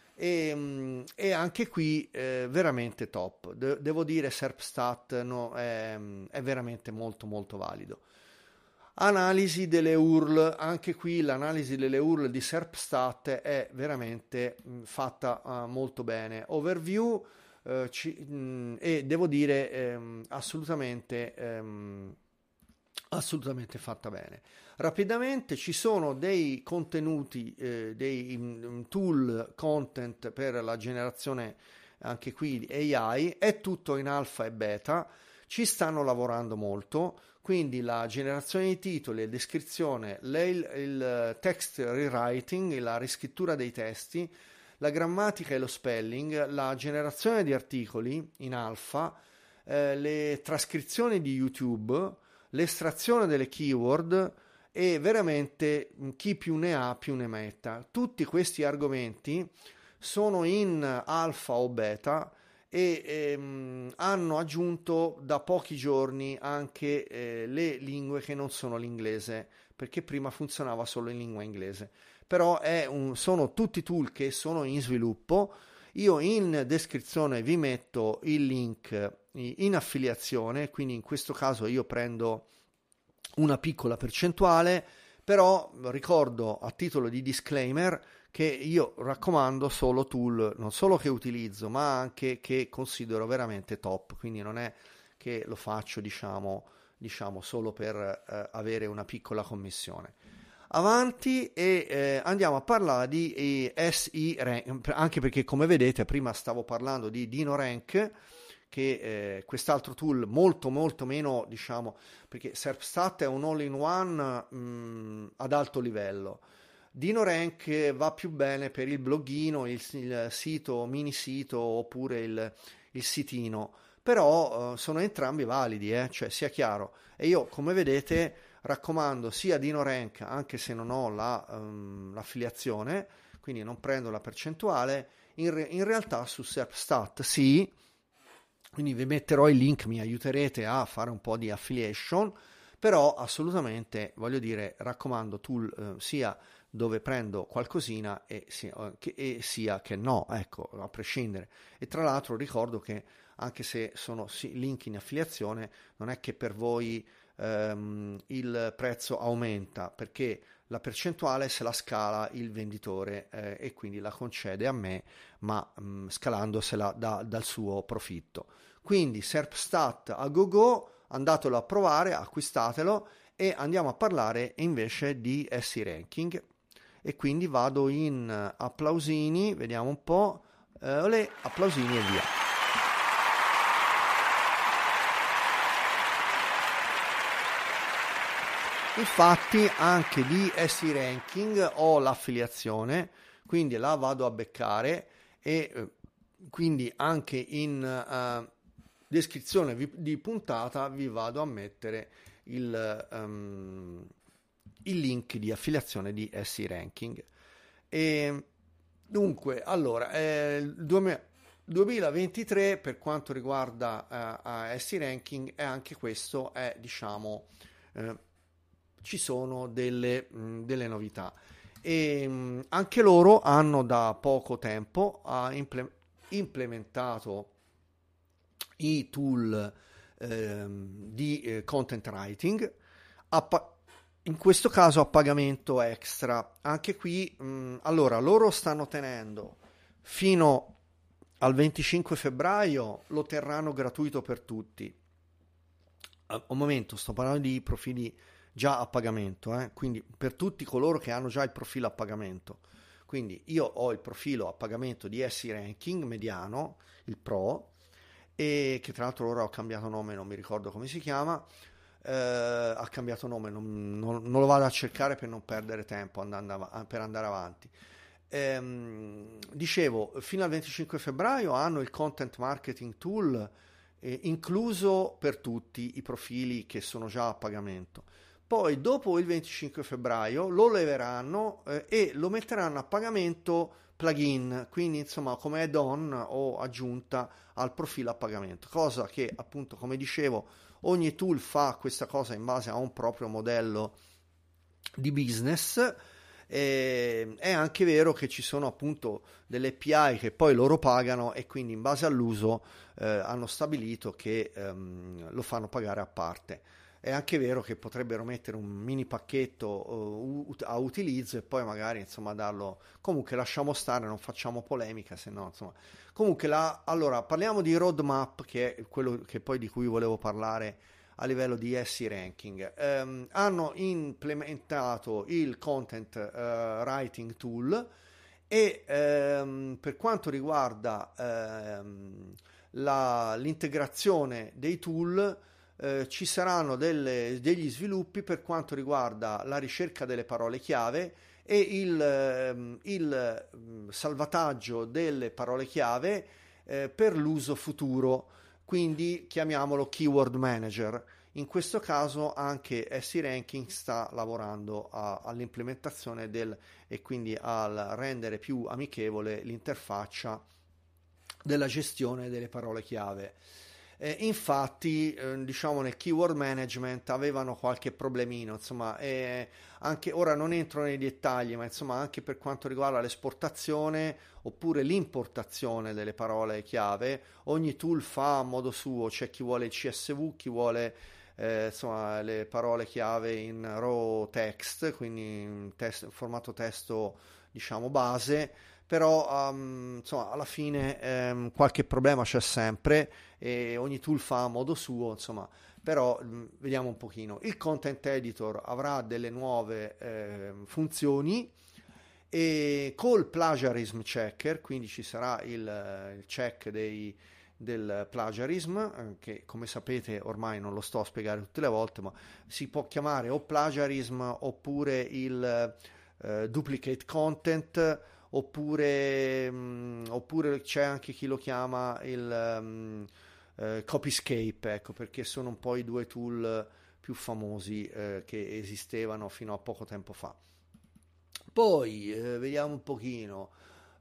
A: e, e anche qui eh, veramente top. De- devo dire SERPstat no, è, è veramente molto molto valido. Analisi delle U R L, anche qui l'analisi delle U R L di SERPstat è veramente mh, fatta uh, molto bene. Overview, uh, ci, mh, e devo dire ehm, assolutamente ehm, Assolutamente fatta bene. Rapidamente ci sono dei contenuti, eh, dei um, tool content per la generazione anche qui di A I, è tutto in alfa e beta, ci stanno lavorando molto, quindi la generazione di titoli, la descrizione, il, il text rewriting, la riscrittura dei testi, la grammatica e lo spelling, la generazione di articoli in alfa, eh, le trascrizioni di YouTube, l'estrazione delle keyword e veramente chi più ne ha più ne metta. Tutti questi argomenti sono in alfa o beta e ehm, hanno aggiunto da pochi giorni anche eh, le lingue che non sono l'inglese, perché prima funzionava solo in lingua inglese. Però è un, sono tutti tool che sono in sviluppo. Io in descrizione vi metto il link in affiliazione, quindi in questo caso io prendo una piccola percentuale, però ricordo a titolo di disclaimer che io raccomando solo tool, non solo che utilizzo, ma anche che considero veramente top, quindi non è che lo faccio diciamo, diciamo solo per eh, avere una piccola commissione. Avanti e eh, andiamo a parlare di eh, S I Rank, anche perché come vedete prima stavo parlando di DinoRank, che eh, quest'altro tool molto molto meno, diciamo, perché SERPstat è un all-in-one mh, ad alto livello. DinoRank va più bene per il bloggino, il, il sito, mini sito oppure il, il sitino, però uh, sono entrambi validi, eh? Cioè sia chiaro. E io come vedete raccomando sia DinoRank, anche se non ho la, um, l'affiliazione, quindi non prendo la percentuale, in, re- in realtà su SERPstat sì, quindi vi metterò il link, mi aiuterete a fare un po' di affiliation, però assolutamente voglio dire raccomando tool eh, sia dove prendo qualcosina e sia, che, e sia che no, ecco, a prescindere. E tra l'altro ricordo che anche se sono sì, link in affiliazione, non è che per voi ehm, il prezzo aumenta, perché la percentuale se la scala il venditore eh, e quindi la concede a me, ma mh, scalandosela da, dal suo profitto. Quindi SERPstat a go go, andatelo a provare, acquistatelo e andiamo a parlare invece di S I Ranking. E quindi vado in applausini, vediamo un po', eh, olè, applausini e via. Infatti anche di S I Ranking ho l'affiliazione, quindi la vado a beccare e eh, quindi anche in uh, descrizione vi, di puntata vi vado a mettere il, um, il link di affiliazione di S I Ranking. E dunque, allora, eh, duemilaventitré per quanto riguarda uh, S I Ranking e anche questo è, diciamo, uh, ci sono delle, mh, delle novità e mh, anche loro hanno da poco tempo uh, imple- implementato i tool ehm, di eh, content writing a pa- in questo caso a pagamento extra. Anche qui mh, allora loro stanno tenendo fino al venticinque febbraio, lo terranno gratuito per tutti. Al momento sto parlando di profili già a pagamento, eh? Quindi per tutti coloro che hanno già il profilo a pagamento. Quindi io ho il profilo a pagamento di S I Ranking mediano, il Pro, e che tra l'altro ora ho cambiato nome, non mi ricordo come si chiama, eh, ha cambiato nome, non, non, non lo vado a cercare per non perdere tempo andando av- per andare avanti. Ehm, dicevo, fino al venticinque febbraio hanno il Content Marketing Tool eh, incluso per tutti i profili che sono già a pagamento. Poi dopo il venticinque febbraio lo leveranno eh, e lo metteranno a pagamento plugin, quindi insomma come add-on o aggiunta al profilo a pagamento, cosa che appunto come dicevo ogni tool fa questa cosa in base a un proprio modello di business. E è anche vero che ci sono appunto delle A P I che poi loro pagano e quindi in base all'uso eh, hanno stabilito che ehm, lo fanno pagare a parte. È anche vero che potrebbero mettere un mini pacchetto uh, a utilizzo e poi magari insomma darlo. Comunque lasciamo stare, non facciamo polemica, se no insomma. Comunque la, allora parliamo di roadmap, che è quello che poi di cui volevo parlare a livello di S E ranking. Um, hanno implementato il Content uh, Writing Tool e um, per quanto riguarda um, la, l'integrazione dei tool, uh, ci saranno delle, degli sviluppi per quanto riguarda la ricerca delle parole chiave e il, il salvataggio delle parole chiave eh, per l'uso futuro, quindi chiamiamolo Keyword Manager. In questo caso anche S E Ranking sta lavorando a, all'implementazione del e quindi al rendere più amichevole l'interfaccia della gestione delle parole chiave. Eh, infatti, eh, diciamo nel keyword management avevano qualche problemino, insomma, eh, anche ora non entro nei dettagli, ma insomma anche per quanto riguarda l'esportazione oppure l'importazione delle parole chiave, ogni tool fa a modo suo, c'è chi vuole il C S V, chi vuole eh, insomma le parole chiave in raw text, quindi in test, formato testo diciamo base. Però um, insomma alla fine um, qualche problema c'è sempre e ogni tool fa a modo suo, insomma, però um, vediamo un pochino. Il content editor avrà delle nuove eh, funzioni e col plagiarism checker, quindi ci sarà il, il check dei, del plagiarism, eh, che come sapete ormai non lo sto a spiegare tutte le volte, ma si può chiamare o plagiarism oppure il eh, duplicate content, oppure, mh, oppure c'è anche chi lo chiama il um, uh, copyscape, ecco, perché sono un po' i due tool più famosi eh, che esistevano fino a poco tempo fa. Poi eh, vediamo un pochino,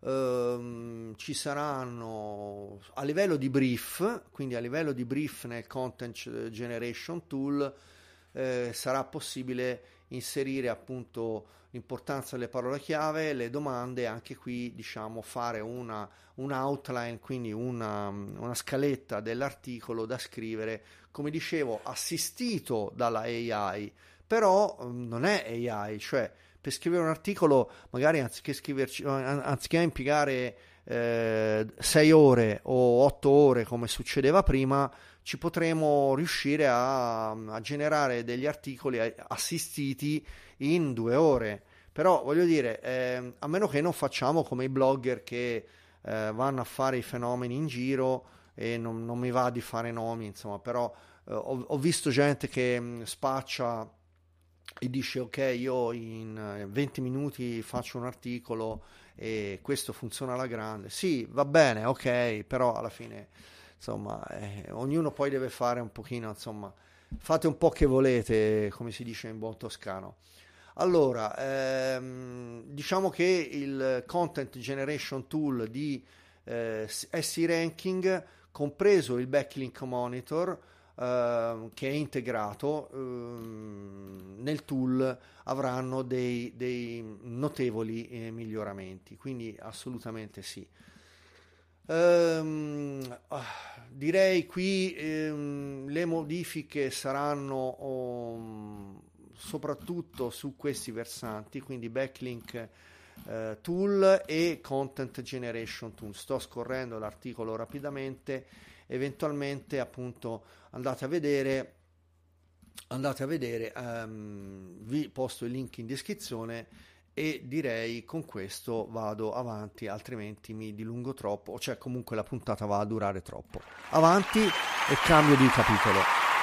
A: um, ci saranno a livello di brief, quindi a livello di brief nel content generation tool eh, sarà possibile inserire appunto l'importanza delle parole chiave, le domande, anche qui diciamo fare una, un outline, quindi una, una scaletta dell'articolo da scrivere, come dicevo, assistito dalla A I, però non è A I, cioè per scrivere un articolo magari anziché scriverci, anziché impiegare eh, sei ore o otto ore come succedeva prima, ci potremo riuscire a, a generare degli articoli assistiti in due ore. Però voglio dire, eh, a meno che non facciamo come i blogger che eh, vanno a fare i fenomeni in giro, e non, non mi va di fare nomi, insomma, però eh, ho, ho visto gente che mh, spaccia e dice ok, io in venti minuti faccio un articolo e questo funziona alla grande. Sì, va bene, ok, però alla fine insomma eh, ognuno poi deve fare un pochino, insomma, fate un po' che volete, come si dice in buon toscano. Allora, ehm, diciamo che il Content Generation Tool di eh, S E Ranking, compreso il Backlink Monitor, Uh, che è integrato uh, nel tool, avranno dei, dei notevoli eh, miglioramenti, quindi assolutamente sì. Um, uh, direi qui um, le modifiche saranno um, soprattutto su questi versanti, quindi backlink uh, tool e content generation tool. Sto scorrendo l'articolo rapidamente, eventualmente appunto andate a vedere andate a vedere um, vi posto il link in descrizione e direi con questo vado avanti, altrimenti mi dilungo troppo, cioè comunque la puntata va a durare troppo. Avanti e cambio di capitolo.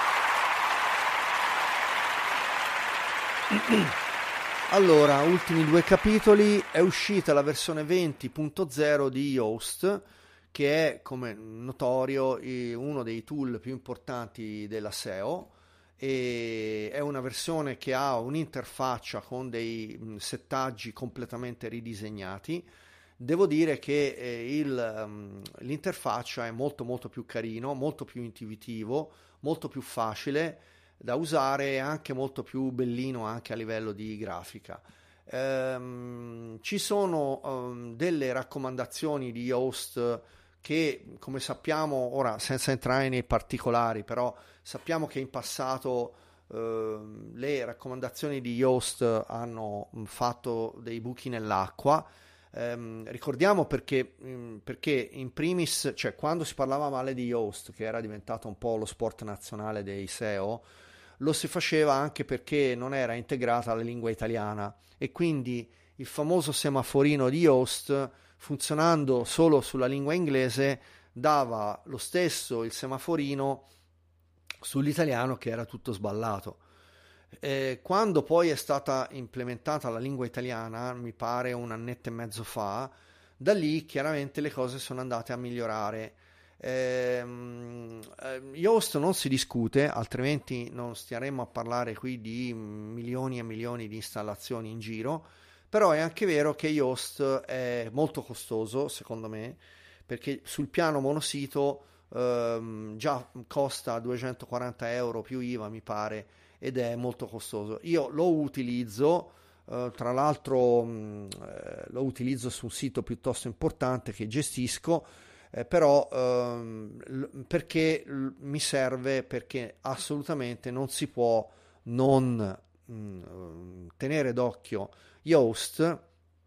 A: Allora, ultimi due capitoli. È uscita la versione venti punto zero di Yoast, che è, come notorio, uno dei tool più importanti della S E O, e è una versione che ha un'interfaccia con dei settaggi completamente ridisegnati. Devo dire che eh, il, um, l'interfaccia è molto molto più carino, molto più intuitivo, molto più facile da usare e anche molto più bellino anche a livello di grafica. Ehm, ci sono um, delle raccomandazioni di Yoast che, come sappiamo, ora senza entrare nei particolari, però sappiamo che in passato eh, le raccomandazioni di Yoast hanno fatto dei buchi nell'acqua. ehm, ricordiamo perché, mh, perché in primis, cioè quando si parlava male di Yoast, che era diventato un po' lo sport nazionale dei S E O, lo si faceva anche perché non era integrata alla lingua italiana e quindi il famoso semaforino di Yoast, funzionando solo sulla lingua inglese, dava lo stesso il semaforino sull'italiano, che era tutto sballato. Eh, quando poi è stata implementata la lingua italiana, mi pare un annetto e mezzo fa, da lì chiaramente le cose sono andate a migliorare. Ehm, eh, Yoast non si discute, altrimenti non staremmo a parlare qui di milioni e milioni di installazioni in giro, però è anche vero che Yoast è molto costoso, secondo me, perché sul piano monosito ehm, già costa duecentoquaranta euro più I V A, mi pare, ed è molto costoso. Io lo utilizzo, eh, tra l'altro mh, eh, lo utilizzo su un sito piuttosto importante che gestisco, eh, però ehm, l- perché l- mi serve, perché assolutamente non si può non mh, tenere d'occhio Yoast,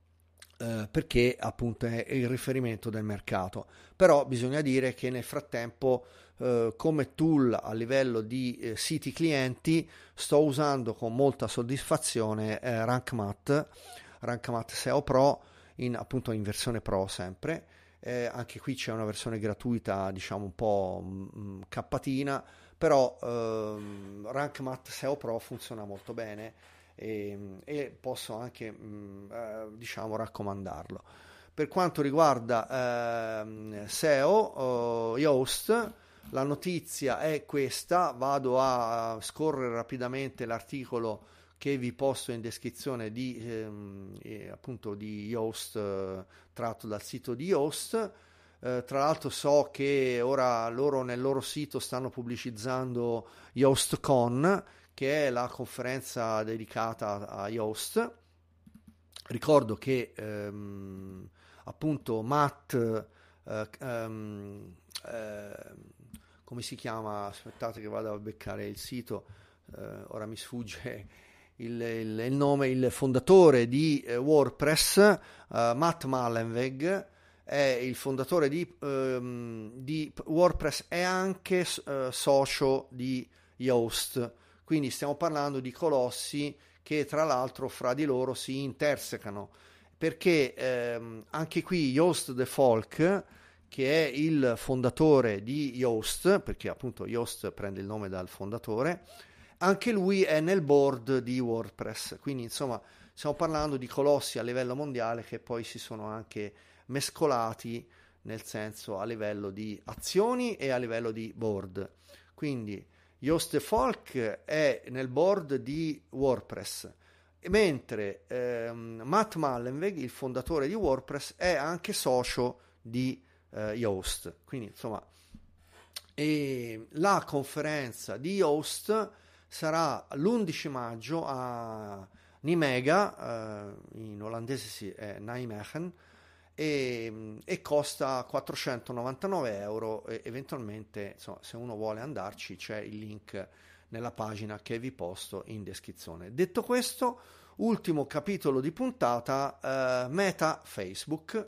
A: eh, perché appunto è il riferimento del mercato. Però bisogna dire che nel frattempo eh, come tool a livello di eh, siti clienti sto usando con molta soddisfazione eh, RankMath, RankMath S E O Pro, in, appunto in versione Pro sempre. Eh, anche qui c'è una versione gratuita, diciamo un po' mh, cappatina, però ehm, RankMath S E O Pro funziona molto bene e, e posso anche mh, eh, diciamo raccomandarlo. Per quanto riguarda ehm, S E O, eh, Yoast, la notizia è questa, vado a scorrere rapidamente l'articolo che vi posto in descrizione di ehm, eh, appunto di Yoast, eh, tratto dal sito di Yoast. Eh, tra l'altro so che ora loro nel loro sito stanno pubblicizzando YoastCon, che è la conferenza dedicata a Yoast. Ricordo che ehm, appunto Matt eh, ehm, eh, come si chiama? Aspettate che vado a beccare il sito, eh, ora mi sfugge il, il, il nome, il fondatore di eh, WordPress, eh, Matt Mullenweg, è il fondatore di, ehm, di WordPress, è anche eh, socio di Yoast, quindi stiamo parlando di colossi che tra l'altro fra di loro si intersecano, perché ehm, anche qui Joost de Valk, che è il fondatore di Yoast, perché appunto Yoast prende il nome dal fondatore, anche lui è nel board di WordPress, quindi insomma stiamo parlando di colossi a livello mondiale che poi si sono anche mescolati, nel senso a livello di azioni e a livello di board. Quindi Joost de Valk è nel board di WordPress, mentre ehm, Matt Mullenweg, il fondatore di WordPress, è anche socio di eh, Yoast. Quindi insomma, e la conferenza di Yoast sarà l'undici maggio a Nijmegen, eh, in olandese sì, è Nijmegen, e, e costa quattrocentonovantanove euro. E eventualmente, insomma, se uno vuole andarci, c'è il link nella pagina che vi posto in descrizione. Detto questo, ultimo capitolo di puntata, eh, Meta Facebook.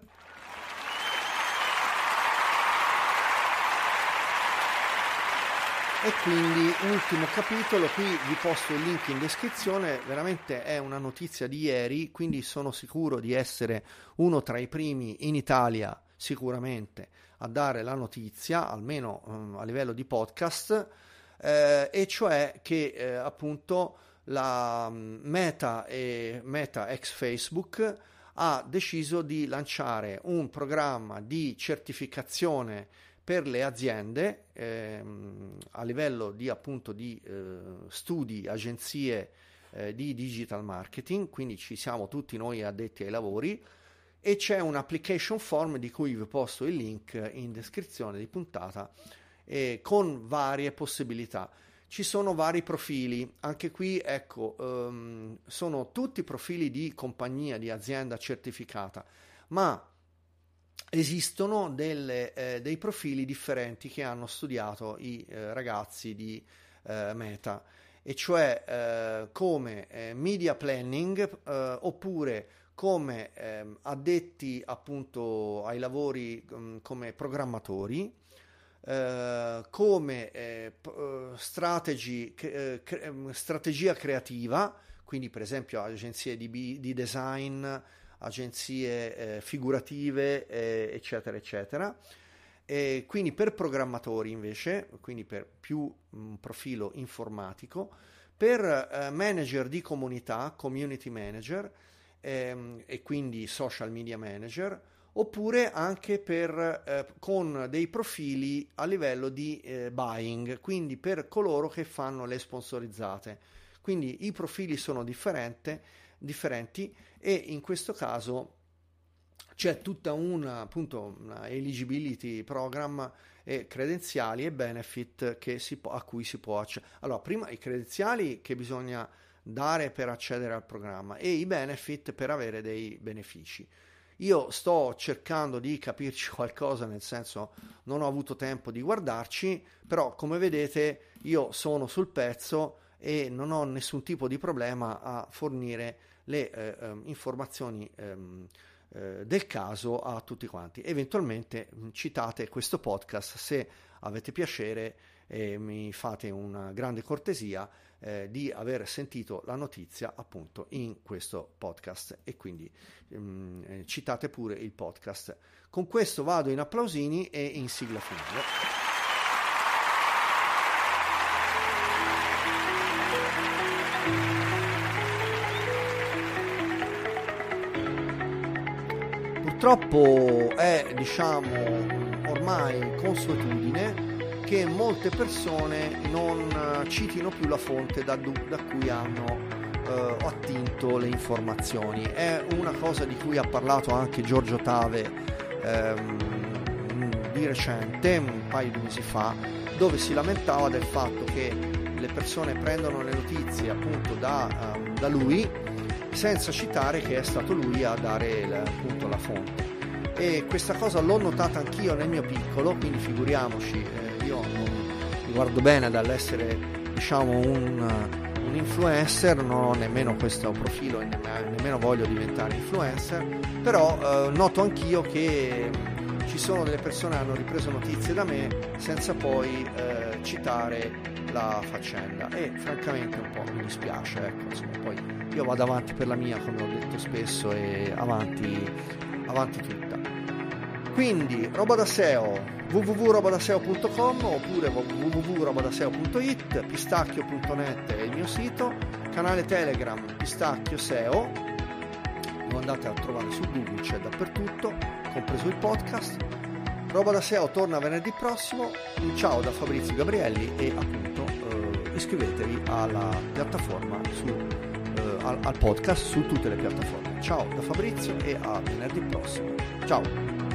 A: E quindi ultimo capitolo, qui vi posto il link in descrizione, veramente è una notizia di ieri, quindi sono sicuro di essere uno tra i primi in Italia sicuramente a dare la notizia, almeno um, a livello di podcast, eh, e cioè che eh, appunto la Meta e Meta ex Facebook ha deciso di lanciare un programma di certificazione per le aziende ehm, a livello di appunto di eh, studi, agenzie eh, di digital marketing, quindi ci siamo tutti noi addetti ai lavori, e c'è un application form di cui vi posto il link in descrizione di puntata, eh, con varie possibilità. Ci sono vari profili, anche qui ecco, ehm, sono tutti profili di compagnia, di azienda certificata, ma esistono delle, eh, dei profili differenti che hanno studiato i eh, ragazzi di eh, Meta, e cioè eh, come eh, media planning, eh, oppure come ehm, addetti appunto ai lavori um, come programmatori, eh, come eh, p- strategy, eh, cre- strategia creativa, quindi per esempio agenzie di, di design, agenzie eh, figurative, eh, eccetera, eccetera. E quindi per programmatori invece, quindi per più un profilo informatico, per eh, manager di comunità, community manager, ehm, e quindi social media manager, oppure anche per, eh, con dei profili a livello di eh, buying, quindi per coloro che fanno le sponsorizzate. Quindi i profili sono differente, differenti e in questo caso c'è tutta una, appunto, una eligibility program e credenziali e benefit che si può, a cui si può accedere. Allora, prima i credenziali che bisogna dare per accedere al programma e i benefit per avere dei benefici. Io sto cercando di capirci qualcosa, nel senso non ho avuto tempo di guardarci, però come vedete io sono sul pezzo e non ho nessun tipo di problema a fornire le eh, eh, informazioni ehm, eh, del caso a tutti quanti. Eventualmente citate questo podcast se avete piacere e mi fate una grande cortesia eh, di aver sentito la notizia appunto in questo podcast e quindi ehm, citate pure il podcast. Con questo vado in applausini e in sigla finale. Purtroppo è, diciamo, ormai consuetudine che molte persone non citino più la fonte da, da cui hanno eh, attinto le informazioni. È una cosa di cui ha parlato anche Giorgio Tave ehm, di recente, un paio di mesi fa, dove si lamentava del fatto che le persone prendono le notizie appunto da, um, da lui senza citare che è stato lui a dare il, appunto la fonte. E questa cosa l'ho notata anch'io nel mio piccolo, quindi figuriamoci, eh, io non mi guardo bene dall'essere, diciamo, un, un influencer, non ho nemmeno questo profilo e nemmeno voglio diventare influencer, però eh, noto anch'io che ci sono delle persone che hanno ripreso notizie da me senza poi eh, citare la faccenda e francamente un po' mi dispiace, ecco, insomma, poi io vado avanti per la mia, come ho detto spesso, e avanti, avanti tutta. Quindi roba da S E O, w w w punto roba da s e o punto com oppure w w w punto roba da s e o punto i t, pistacchio punto net è il mio sito, canale Telegram Pistacchio S E O, lo andate a trovare su Google, c'è dappertutto, compreso il podcast. Roba da S E O torna venerdì prossimo. Ciao da Fabrizio Gabrielli e appunto eh, iscrivetevi alla piattaforma su eh, al, al podcast su tutte le piattaforme. Ciao da Fabrizio e a venerdì prossimo. Ciao.